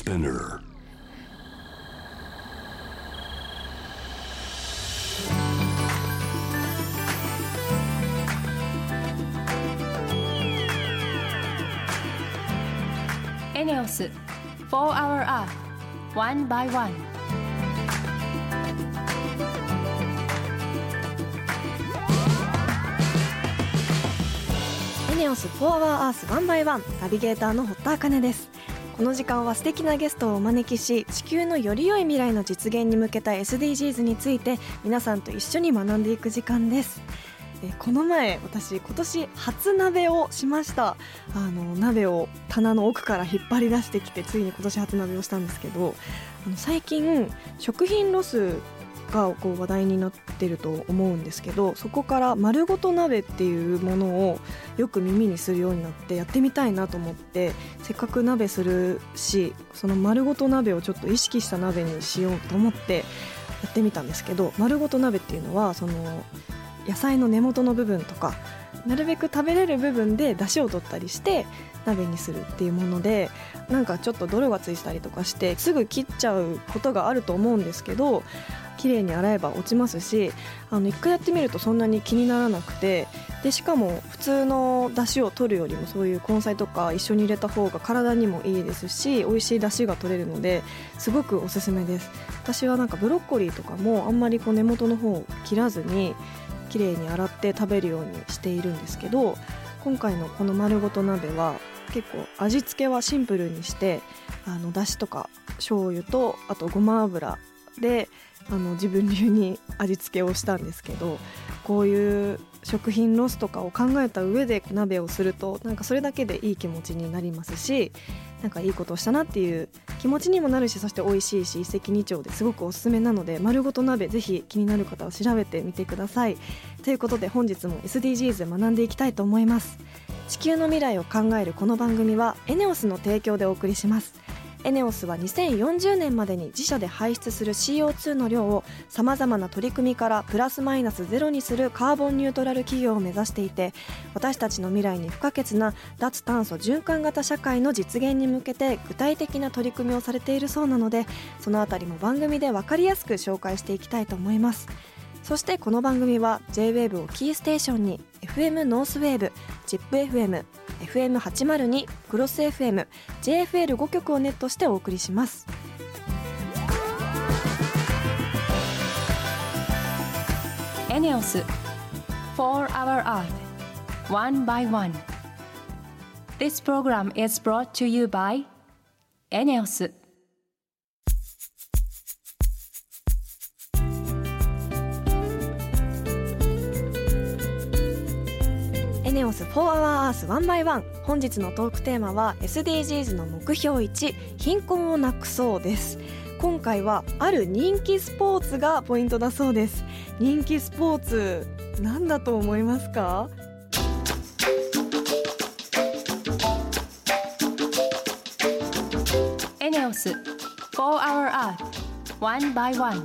Spinner. ENEOS 4-Hour Earth One by One。 ENEOS 4-Hour Earth One by One、ナビゲーターの堀田茜です。この時間は素敵なゲストをお招きし、地球のより良い未来の実現に向けた SDGs について皆さんと一緒に学んでいく時間です。この前私今年初鍋をしました。鍋を棚の奥から引っ張り出してきて、ついに今年初鍋をしたんですけど、最近食品ロスが話題になってると思うんですけど、そこから丸ごと鍋っていうものをよく耳にするようになって、やってみたいなと思って、せっかく鍋するし、その丸ごと鍋をちょっと意識した鍋にしようと思ってやってみたんですけど、丸ごと鍋っていうのはその野菜の根元の部分とか、なるべく食べれる部分で出汁を取ったりして鍋にするっていうもので、なんかちょっと泥がついたりとかしてすぐ切っちゃうことがあると思うんですけど、綺麗に洗えば落ちますし、一回やってみるとそんなに気にならなくて、でしかも普通の出汁を取るよりもそういう根菜とか一緒に入れた方が体にもいいですし、美味しい出汁が取れるので、すごくおすすめです。私はなんかブロッコリーとかもあんまり根元の方を切らずに綺麗に洗って食べるようにしているんですけど、今回のこの丸ごと鍋は結構味付けはシンプルにして、だしとか醤油とあとごま油で自分流に味付けをしたんですけど、こういう食品ロスとかを考えた上で鍋をすると、なんかそれだけでいい気持ちになりますし、なんかいいことをしたなっていう気持ちにもなるし、そして美味しいし、一石二鳥ですごくおすすめなので、丸ごと鍋ぜひ気になる方は調べてみてください。ということで本日も SDGs 学んでいきたいと思います。地球の未来を考えるこの番組は ENEOS の提供でお送りします。ENEOS は2040年までに自社で排出する CO2 の量をさまざまな取り組みからプラスマイナスゼロにするカーボンニュートラル企業を目指していて、私たちの未来に不可欠な脱炭素循環型社会の実現に向けて具体的な取り組みをされているそうなので、そのあたりも番組で分かりやすく紹介していきたいと思います。そしてこの番組は J-WAVE をキーステーションに FM ノースウェーブ、ZIPFM、FM802、クロス FM、JFL5 局をネットしてお送りします。 ENEOS 4-Hour Earth One by One。 This program is brought to you by ENEOS。 ENEOS 4-Hour Earth One by One。 本日のトークテーマは SDGs の目標1、貧困をなくそうです。今回はある人気スポーツがポイントだそうです。人気スポーツ何だと思いますか ？ENEOS 4-Hour Earth One by One。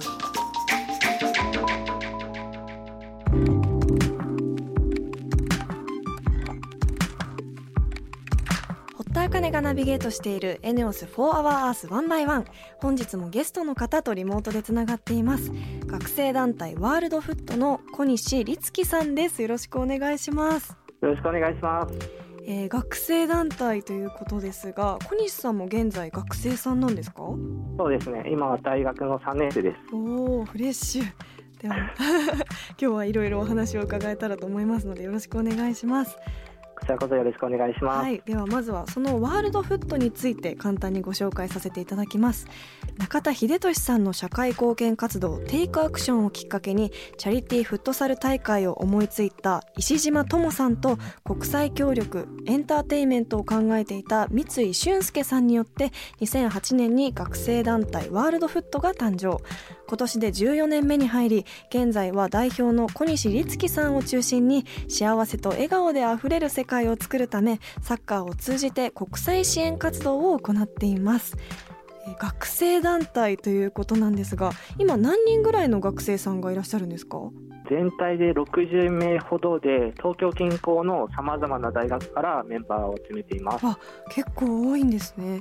堀田茜がナビゲートしている ENEOS 4-Hour Earth One by One。 本日もゲストの方とリモートでつながっています。学生団体ワールドフットの小西律樹さんです。よろしくお願いします。 よろしくお願いします。 学生団体ということですが、小西さんも現在学生さんなんですか？ そうですね、今は大学の3年生です。 おー、フレッシュでは今日はいろいろお話を伺えたらと思いますので、よろしくお願いします。 こちらこそよろしくお願いします。 はい、ではまずはそのワールドフットについて簡単にご紹介させていただきます。中田英寿さんの社会貢献活動テイクアクションをきっかけにチャリティーフットサル大会を思いついた石島智さんと、国際協力エンターテインメントを考えていた三井俊介さんによって2008年に学生団体ワールドフットが誕生。今年で14年目に入り、現在は代表の小西律樹さんを中心に幸せと笑顔であふれる世界を作るため、サッカーを通じて国際支援活動を行っています。学生団体ということなんですが、今何人ぐらいの学生さんがいらっしゃるんですか？ 全体で60名ほどで、東京近郊のさまざまな大学からメンバーを集めています。 結構多いんですね。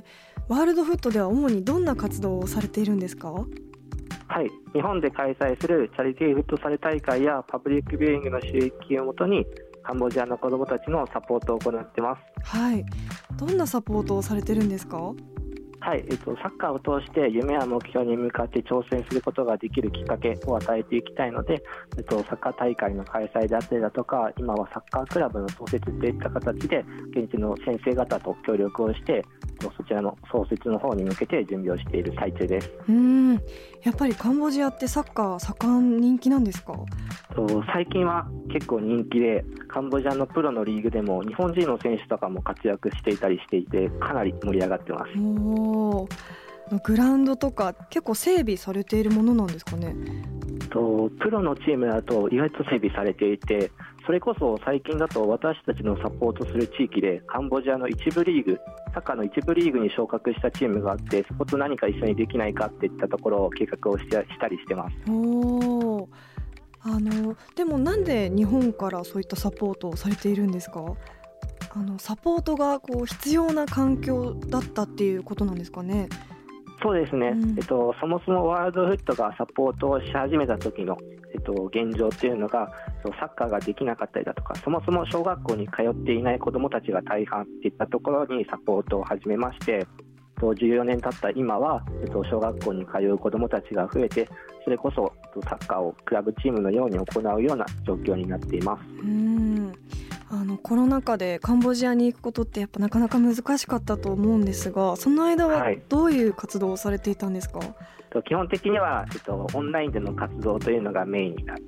ワールドフットでは主にどんな活動をされているんですか？ はい、日本で開催するチャリティーフットサル大会やパブリックビューイングの収益をもとにカンボジアの子どもたちのサポートを行っています。 はい、どんなサポートをされてるんですか？ はい、サッカーを通して夢や目標に向かって挑戦することができるきっかけを与えていきたいので、サッカー大会の開催であったりだとか、今はサッカークラブの創設といった形で現地の先生方と協力をしてそちらの創設の方に向けて準備をしている最中です。 やっぱりカンボジアってサッカー盛ん人気なんですか？ 最近は結構人気で、カンボジアのプロのリーグでも日本人の選手とかも活躍していたりしていて、かなり盛り上がってます。 グラウンドとか結構整備されているものなんですかね？ プロのチームだと意外と整備されていて、それこそ最近だと私たちのサポートする地域でカンボジアの一部リーグ、サッカーの一部リーグに昇格したチームがあって、そこと何か一緒にできないかっていったところを計画をしたりしてます。 でもなんで日本からそういったサポートをされているんですか？サポートが必要な環境だったっていうことなんですかね？ そうですね、そもそもワールドフットがサポートをし始めた時の、現状っていうのがサッカーができなかったりだとか、そもそも小学校に通っていない子どもたちが大半っていったところにサポートを始めまして、14年経った今は、小学校に通う子どもたちが増えて、それこそサッカーをクラブチームのように行うような状況になっています。 コロナ禍でカンボジアに行くことってやっぱなかなか難しかったと思うんですが、その間はどういう活動をされていたんですか？ 基本的には、オンラインでの活動というのがメインになって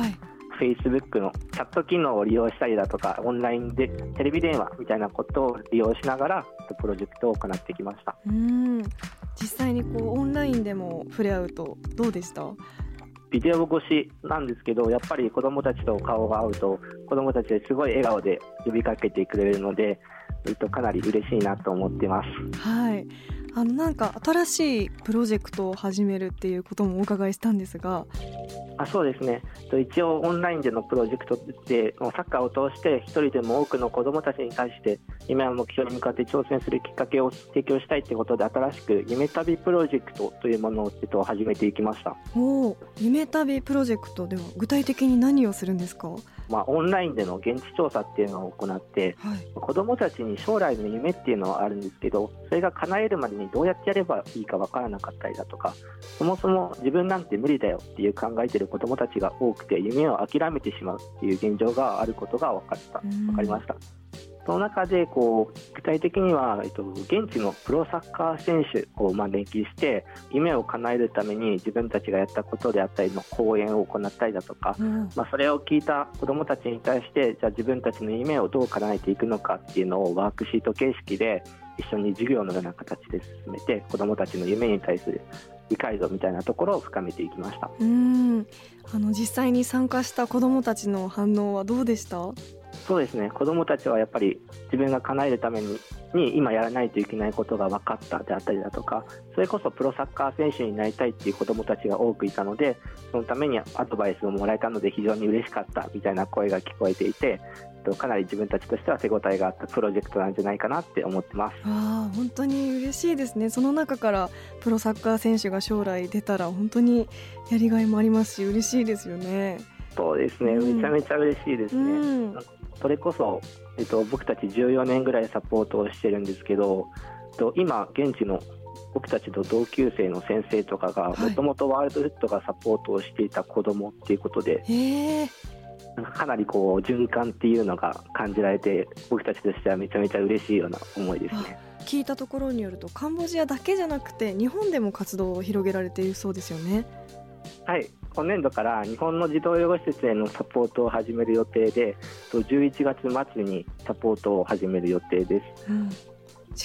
、Facebook のチャット機能を利用したりだとか、オンラインでテレビ電話みたいなことを利用しながらプロジェクトを行ってきました。 実際にオンラインでも触れ合うとどうでした？ ビデオ越しなんですけど、やっぱり子どもたちと顔が合うと子どもたちですごい笑顔で呼びかけてくれるので、かなり嬉しいなと思ってます。 なんか新しいプロジェクトを始めるっていうこともお伺いしたんですが。 そうですね、一応オンラインでのプロジェクトでサッカーを通して一人でも多くの子どもたちに対して夢や目標に向かって挑戦するきっかけを提供したいということで、新しく夢旅プロジェクトというものを始めていきました。 夢旅プロジェクトでは具体的に何をするんですか？ オンラインでの現地調査っていうのを行って、子どもたちに将来の夢っていうのはあるんですけど、それが叶えるまでにどうやってやればいいか分からなかったりだとか、そもそも自分なんて無理だよっていう考えている子どもたちが多くて、夢を諦めてしまうっていう現状があることが分かりました。その中で具体的には、現地のプロサッカー選手を招きして、夢を叶えるために自分たちがやったことであったりの講演を行ったりだとか、それを聞いた子どもたちに対して、じゃあ自分たちの夢をどう叶えていくのかっていうのをワークシート形式で一緒に授業のような形で進めて、子どもたちの夢に対する理解度みたいなところを深めていきました。 実際に参加した子どもたちの反応はどうでした？ そうですね、子どもたちはやっぱり自分が叶えるために今やらないといけないことが分かったであったりだとか、それこそプロサッカー選手になりたいっていう子どもたちが多くいたので、そのためにアドバイスをもらえたので非常に嬉しかったみたいな声が聞こえていて、かなり自分たちとしては手応えがあったプロジェクトなんじゃないかなって思ってます。 本当に嬉しいですね。その中からプロサッカー選手が将来出たら本当にやりがいもありますし、嬉しいですよね。 そうですね、めちゃめちゃ嬉しいですね。それこそ、僕たち14年ぐらいサポートをしてるんですけど、今現地の僕たちの同級生の先生とかがもともとワールドフットがサポートをしていた子どもっていうことで、かなり循環っていうのが感じられて、僕たちとしてはめちゃめちゃ嬉しいような思いですね。 聞いたところによると、カンボジアだけじゃなくて日本でも活動を広げられているそうですよね。 はい、今年度から日本の児童養護施設へのサポートを始める予定で、11月末にサポートを始める予定です。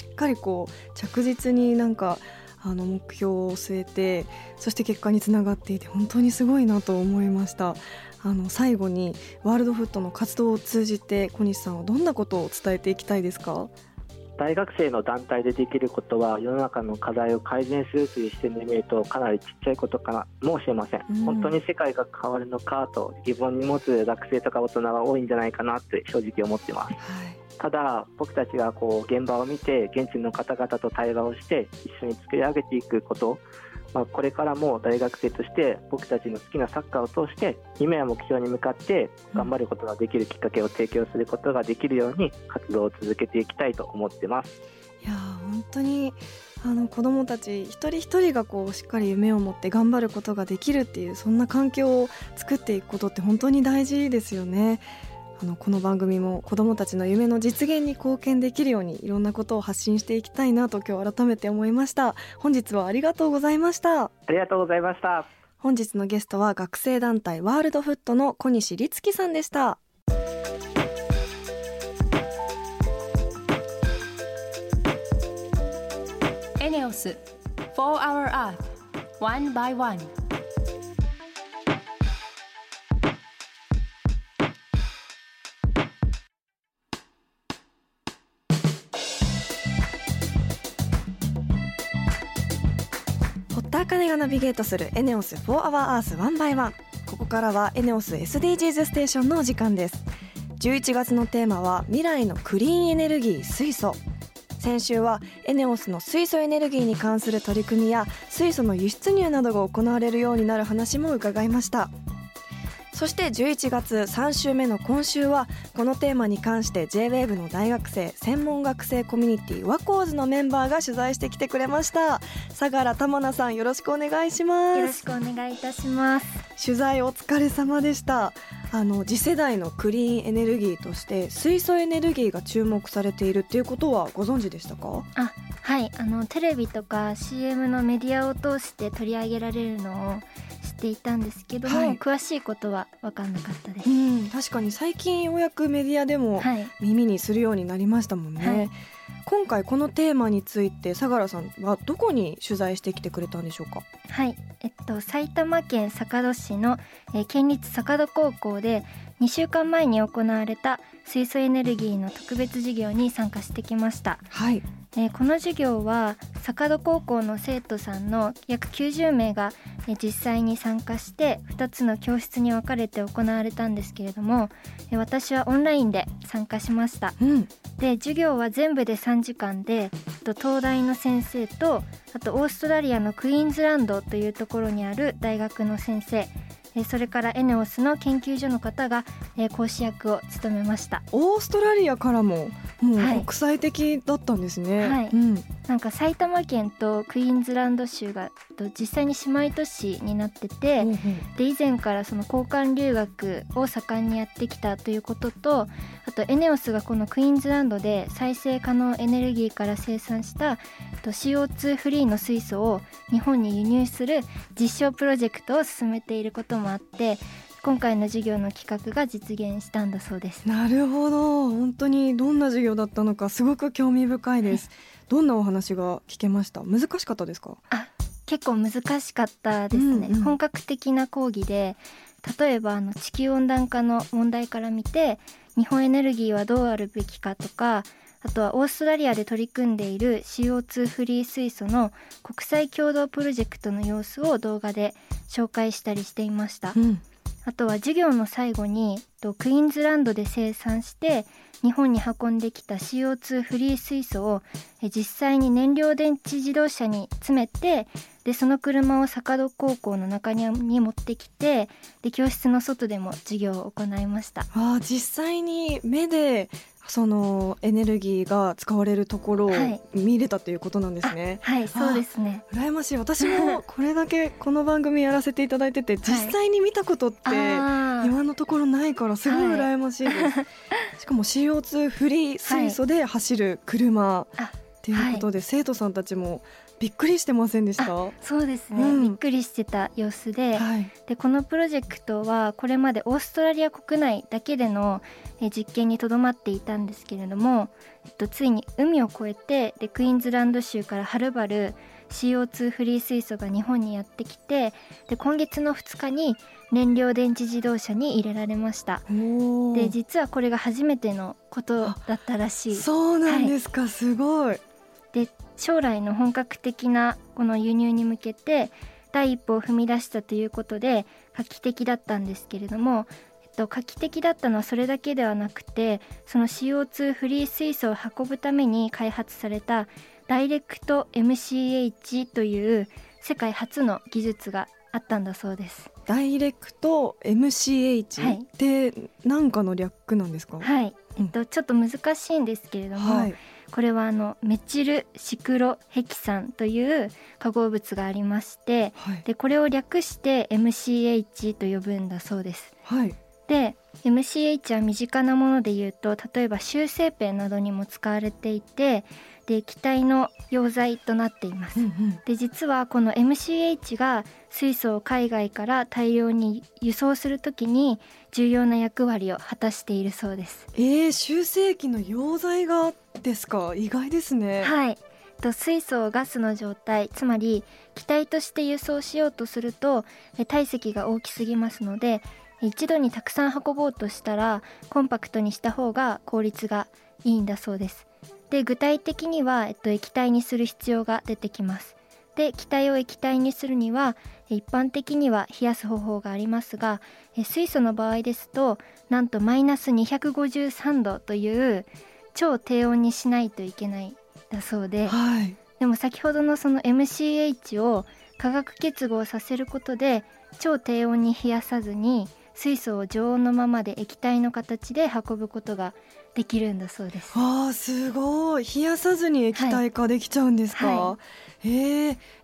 しっかり着実に目標を据えて、そして結果につながっていて本当にすごいなと思いました。最後にワールドフットの活動を通じて小西さんはどんなことを伝えていきたいですか？ 大学生の団体でできることは、世の中の課題を改善するという視点で見るとかなりちっちゃいことかもしれません。本当に世界が変わるのかと疑問に持つ学生とか大人は多いんじゃないかなって正直思ってます。 ただ僕たちが現場を見て現地の方々と対話をして一緒に作り上げていくこと、これからも大学生として僕たちの好きなサッカーを通して夢や目標に向かって頑張ることができるきっかけを提供することができるように活動を続けていきたいと思ってます。 いや本当に子どもたち一人一人がしっかり夢を持って頑張ることができるっていう、そんな環境を作っていくことって本当に大事ですよね。この番組も子どもたちの夢の実現に貢献できるようにいろんなことを発信していきたいなと今日改めて思いました。本日はありがとうございました。 ありがとうございました。 本日のゲストは学生団体ワールドフットの小西律樹さんでした。 エネオス For Our Earth One by One。 堀田茜がナビゲートするエネオス For Our Earth One by One。ここからはエネオス SDGs ステーションのお時間です。11月のテーマは未来のクリーンエネルギー水素。先週はエネオスの水素エネルギーに関する取り組みや水素の輸出入などが行われるようになる話も伺いました。そして11月3週目の今週はこのテーマに関して J-WAVE の大学生専門学生コミュニティワコーズのメンバーが取材してきてくれました。相良玉奈さん、よろしくお願いします。 よろしくお願いいたします。 取材お疲れ様でした。次世代のクリーンエネルギーとして水素エネルギーが注目されているっていうことはご存知でしたか？ はい、テレビとか CM のメディアを通して取り上げられるのを知っていたんですけども、詳しいことは分かんなかったです。 確かに最近ようやくメディアでも耳にするようになりましたもんね。今回このテーマについて相良さんはどこに取材してきてくれたんでしょうか？ はい、埼玉県坂戸市の、県立坂戸高校で2週間前に行われた水素エネルギーの特別授業に参加してきました。この授業は坂戸高校の生徒さんの約90名が実際に参加して2つの教室に分かれて行われたんですけれども、私はオンラインで参加しました。で授業は全部で3時間で、東大の先生とあとオーストラリアのクイーンズランドというところにある大学の先生、それからエネオスの研究所の方が講師役を務めました。 オーストラリアからもう国際的だったんですね。 なんか埼玉県とクイーンズランド州が実際に姉妹都市になってて、で以前からその交換留学を盛んにやってきたということと、あとエネオスがこのクイーンズランドで再生可能エネルギーから生産したCO2 フリーの水素を日本に輸入する実証プロジェクトを進めていることもあって、今回の授業の企画が実現したんだそうです。 なるほど、本当にどんな授業だったのかすごく興味深いです。どんなお話が聞けました？難しかったですか？ 結構難しかったですね。本格的な講義で、例えば地球温暖化の問題から見て日本エネルギーはどうあるべきかとか、あとはオーストラリアで取り組んでいる CO2 フリー水素の国際共同プロジェクトの様子を動画で紹介したりしていました。あとは授業の最後にクイーンズランドで生産して日本に運んできた CO2 フリー水素を実際に燃料電池自動車に詰めて、でその車を坂戸高校の中に持ってきて、で教室の外でも授業を行いました。 実際に目でそのエネルギーが使われるところを見れたということなんですね。 そうですね。 羨ましい。私もこれだけこの番組やらせていただいてて、実際に見たことって今のところないからすごい羨ましいです。しかも CO2 フリー水素で走る車っていうことで、生徒さんたちもびっくりしてませんでした？ そうですね、びっくりしてた様子で、でこのプロジェクトはこれまでオーストラリア国内だけでの実験にとどまっていたんですけれども、ついに海を越えてでクイーンズランド州からはるばる CO2 フリー水素が日本にやってきて、で今月の2日に燃料電池自動車に入れられました。で実はこれが初めてのことだったらしい。 そうなんですか、すごい。 で将来の本格的なこの輸入に向けて第一歩を踏み出したということで画期的だったんですけれども、 画期的だったのはそれだけではなくて、その CO2 フリー水素を運ぶために開発されたダイレクト MCH という世界初の技術があったんだそうです。 ダイレクト MCH って何かの略なんですか？ はい、ちょっと難しいんですけれども、はい、これはメチルシクロヘキサンという化合物がありまして、はい、でこれを略して MCH と呼ぶんだそうです。はい、で MCH は身近なものでいうと、例えば修正ペンなどにも使われていて、で液体の溶剤となっています。で実はこの MCH が水素を海外から大量に輸送するときに重要な役割を果たしているそうです。 修正液の溶剤がですか？意外ですね。 はい、水素をガスの状態、つまり気体として輸送しようとすると体積が大きすぎますので、一度にたくさん運ぼうとしたらコンパクトにした方が効率がいいんだそうです。で具体的には、液体にする必要が出てきます。で気体を液体にするには一般的には冷やす方法がありますが、水素の場合ですとなんとマイナス253度という超低温にしないといけないだそうで、はい、でも先ほどのその MCH を化学結合させることで超低温に冷やさずに水素を常温のままで液体の形で運ぶことができるんだそうです。 すごい。冷やさずに液体化できちゃうんですか？はい、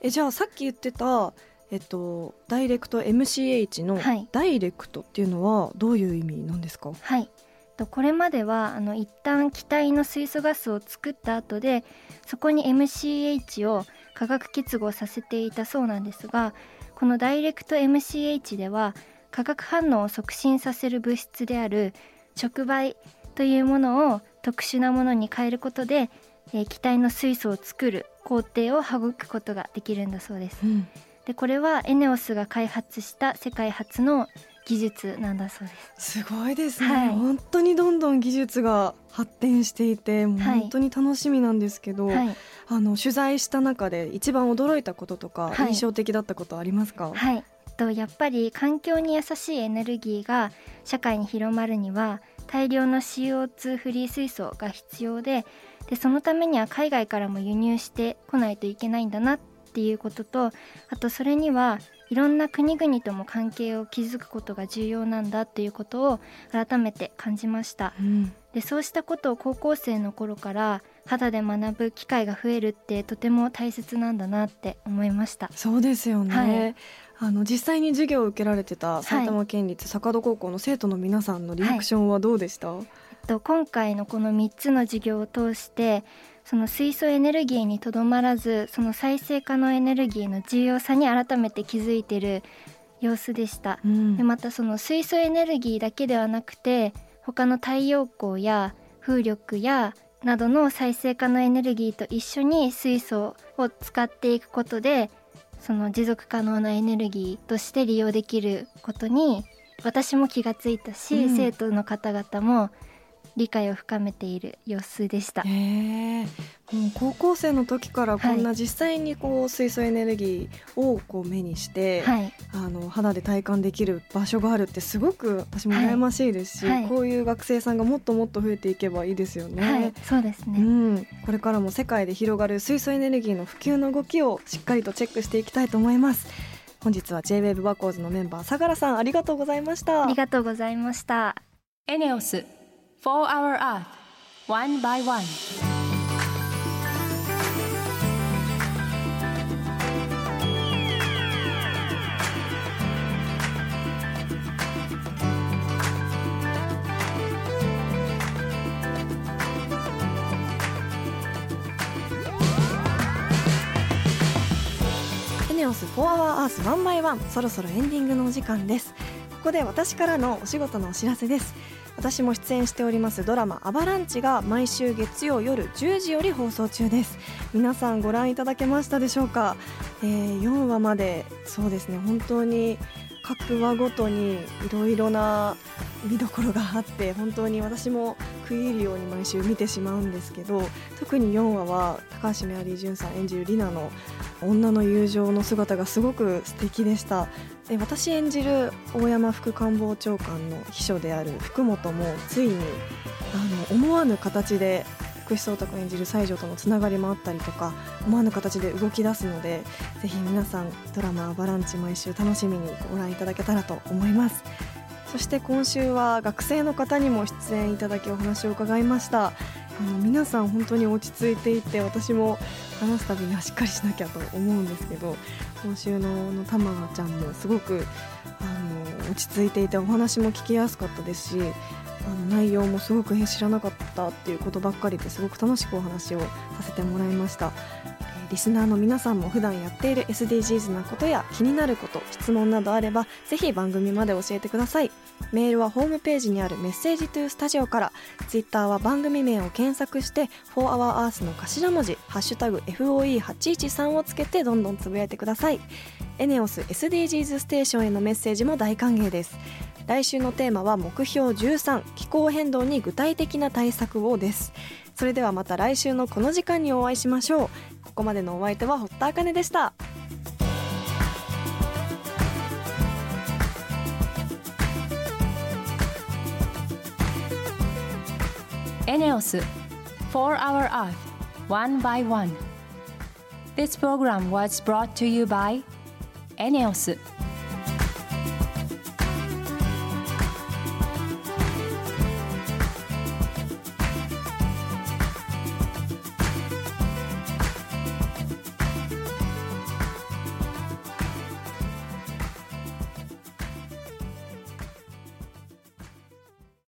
じゃあさっき言ってた、ダイレクト MCH のダイレクトっていうのはどういう意味なんですか？ はい、これまでは一旦気体の水素ガスを作った後でそこに MCH を化学結合させていたそうなんですが、このダイレクト MCH では化学反応を促進させる物質である触媒というものを特殊なものに変えることで、気体の水素を作る工程を省くことができるんだそうです。でこれはエネオスが開発した世界初の技術なんだそうです。 すごいですね、はい、本当にどんどん技術が発展していて本当に楽しみなんですけど、はい、取材した中で一番驚いたこととか、印象的だったことありますか？ はい、やっぱり環境に優しいエネルギーが社会に広まるには大量の CO2 フリー水素が必要で、そのためには海外からも輸入してこないといけないんだなっていうことと、あとそれにはいろんな国々とも関係を築くことが重要なんだっていうことを改めて感じました。でそうしたことを高校生の頃から肌で学ぶ機会が増えるってとても大切なんだなって思いました。 そうですよね、はい、実際に授業を受けられてた埼玉県立坂戸高校の生徒の皆さんのリアクションはどうでした？ 今回のこの3つの授業を通してその水素エネルギーにとどまらず、その再生可能エネルギーの重要さに改めて気づいている様子でした。でまたその水素エネルギーだけではなくて他の太陽光や風力やなどの再生可能エネルギーと一緒に水素を使っていくことでその持続可能なエネルギーとして利用できることに私も気がついたし、生徒の方々も理解を深めている様子でした。 もう高校生の時からこんな実際に水素エネルギーを目にして、肌で体感できる場所があるってすごく私も羨ましいですし、こういう学生さんがもっともっと増えていけばいいですよね。 そうですね、 これからも世界で広がる水素エネルギーの普及の動きをしっかりとチェックしていきたいと思います。本日は J-WAVE バコーズのメンバー相良さんありがとうございました。 ありがとうございました。 エネオス4 Hour Earth One by One。 エネオス4 Hour Earth One by One、そろそろエンディングのお時間です。ここで私からのお仕事のお知らせです。私も出演しておりますドラマアバランチが毎週月曜夜10時より放送中です。皆さんご覧いただけましたでしょうか？4話までそうですね、本当に各話ごとにいろいろな見どころがあって本当に私も食い入るように毎週見てしまうんですけど、特に4話は高橋メアリージュンさん演じるリナの女の友情の姿がすごく素敵でした。で、私演じる大山副官房長官の秘書である福本もついに思わぬ形で福士蒼汰君演じる西条とのつながりもあったりとか、思わぬ形で動き出すので、ぜひ皆さんドラマアバランチ毎週楽しみにご覧いただけたらと思います。そして今週は学生の方にも出演いただきお話を伺いました。皆さん本当に落ち着いていて、私も話すたびにはしっかりしなきゃと思うんですけど、今週のたまちゃんもすごく落ち着いていて、お話も聞きやすかったですし、内容もすごく知らなかったっていうことばっかりですごく楽しくお話をさせてもらいました。リスナーの皆さんも普段やっている SDGs なことや気になること、質問などあればぜひ番組まで教えてください。メールはホームページにあるメッセージトゥースタジオから、ツイッターは番組名を検索して4 Hour Earth の頭文字ハッシュタグ FOE813 をつけてどんどんつぶやいてください。エネオス SDGs ステーションへのメッセージも大歓迎です。来週のテーマは目標13、気候変動に具体的な対策をです。それではまた来週のこの時間にお会いしましょう。ここまでのお相手は堀田茜でした。 エネオス For Our Earth One by One. This program was brought to you by エネオス。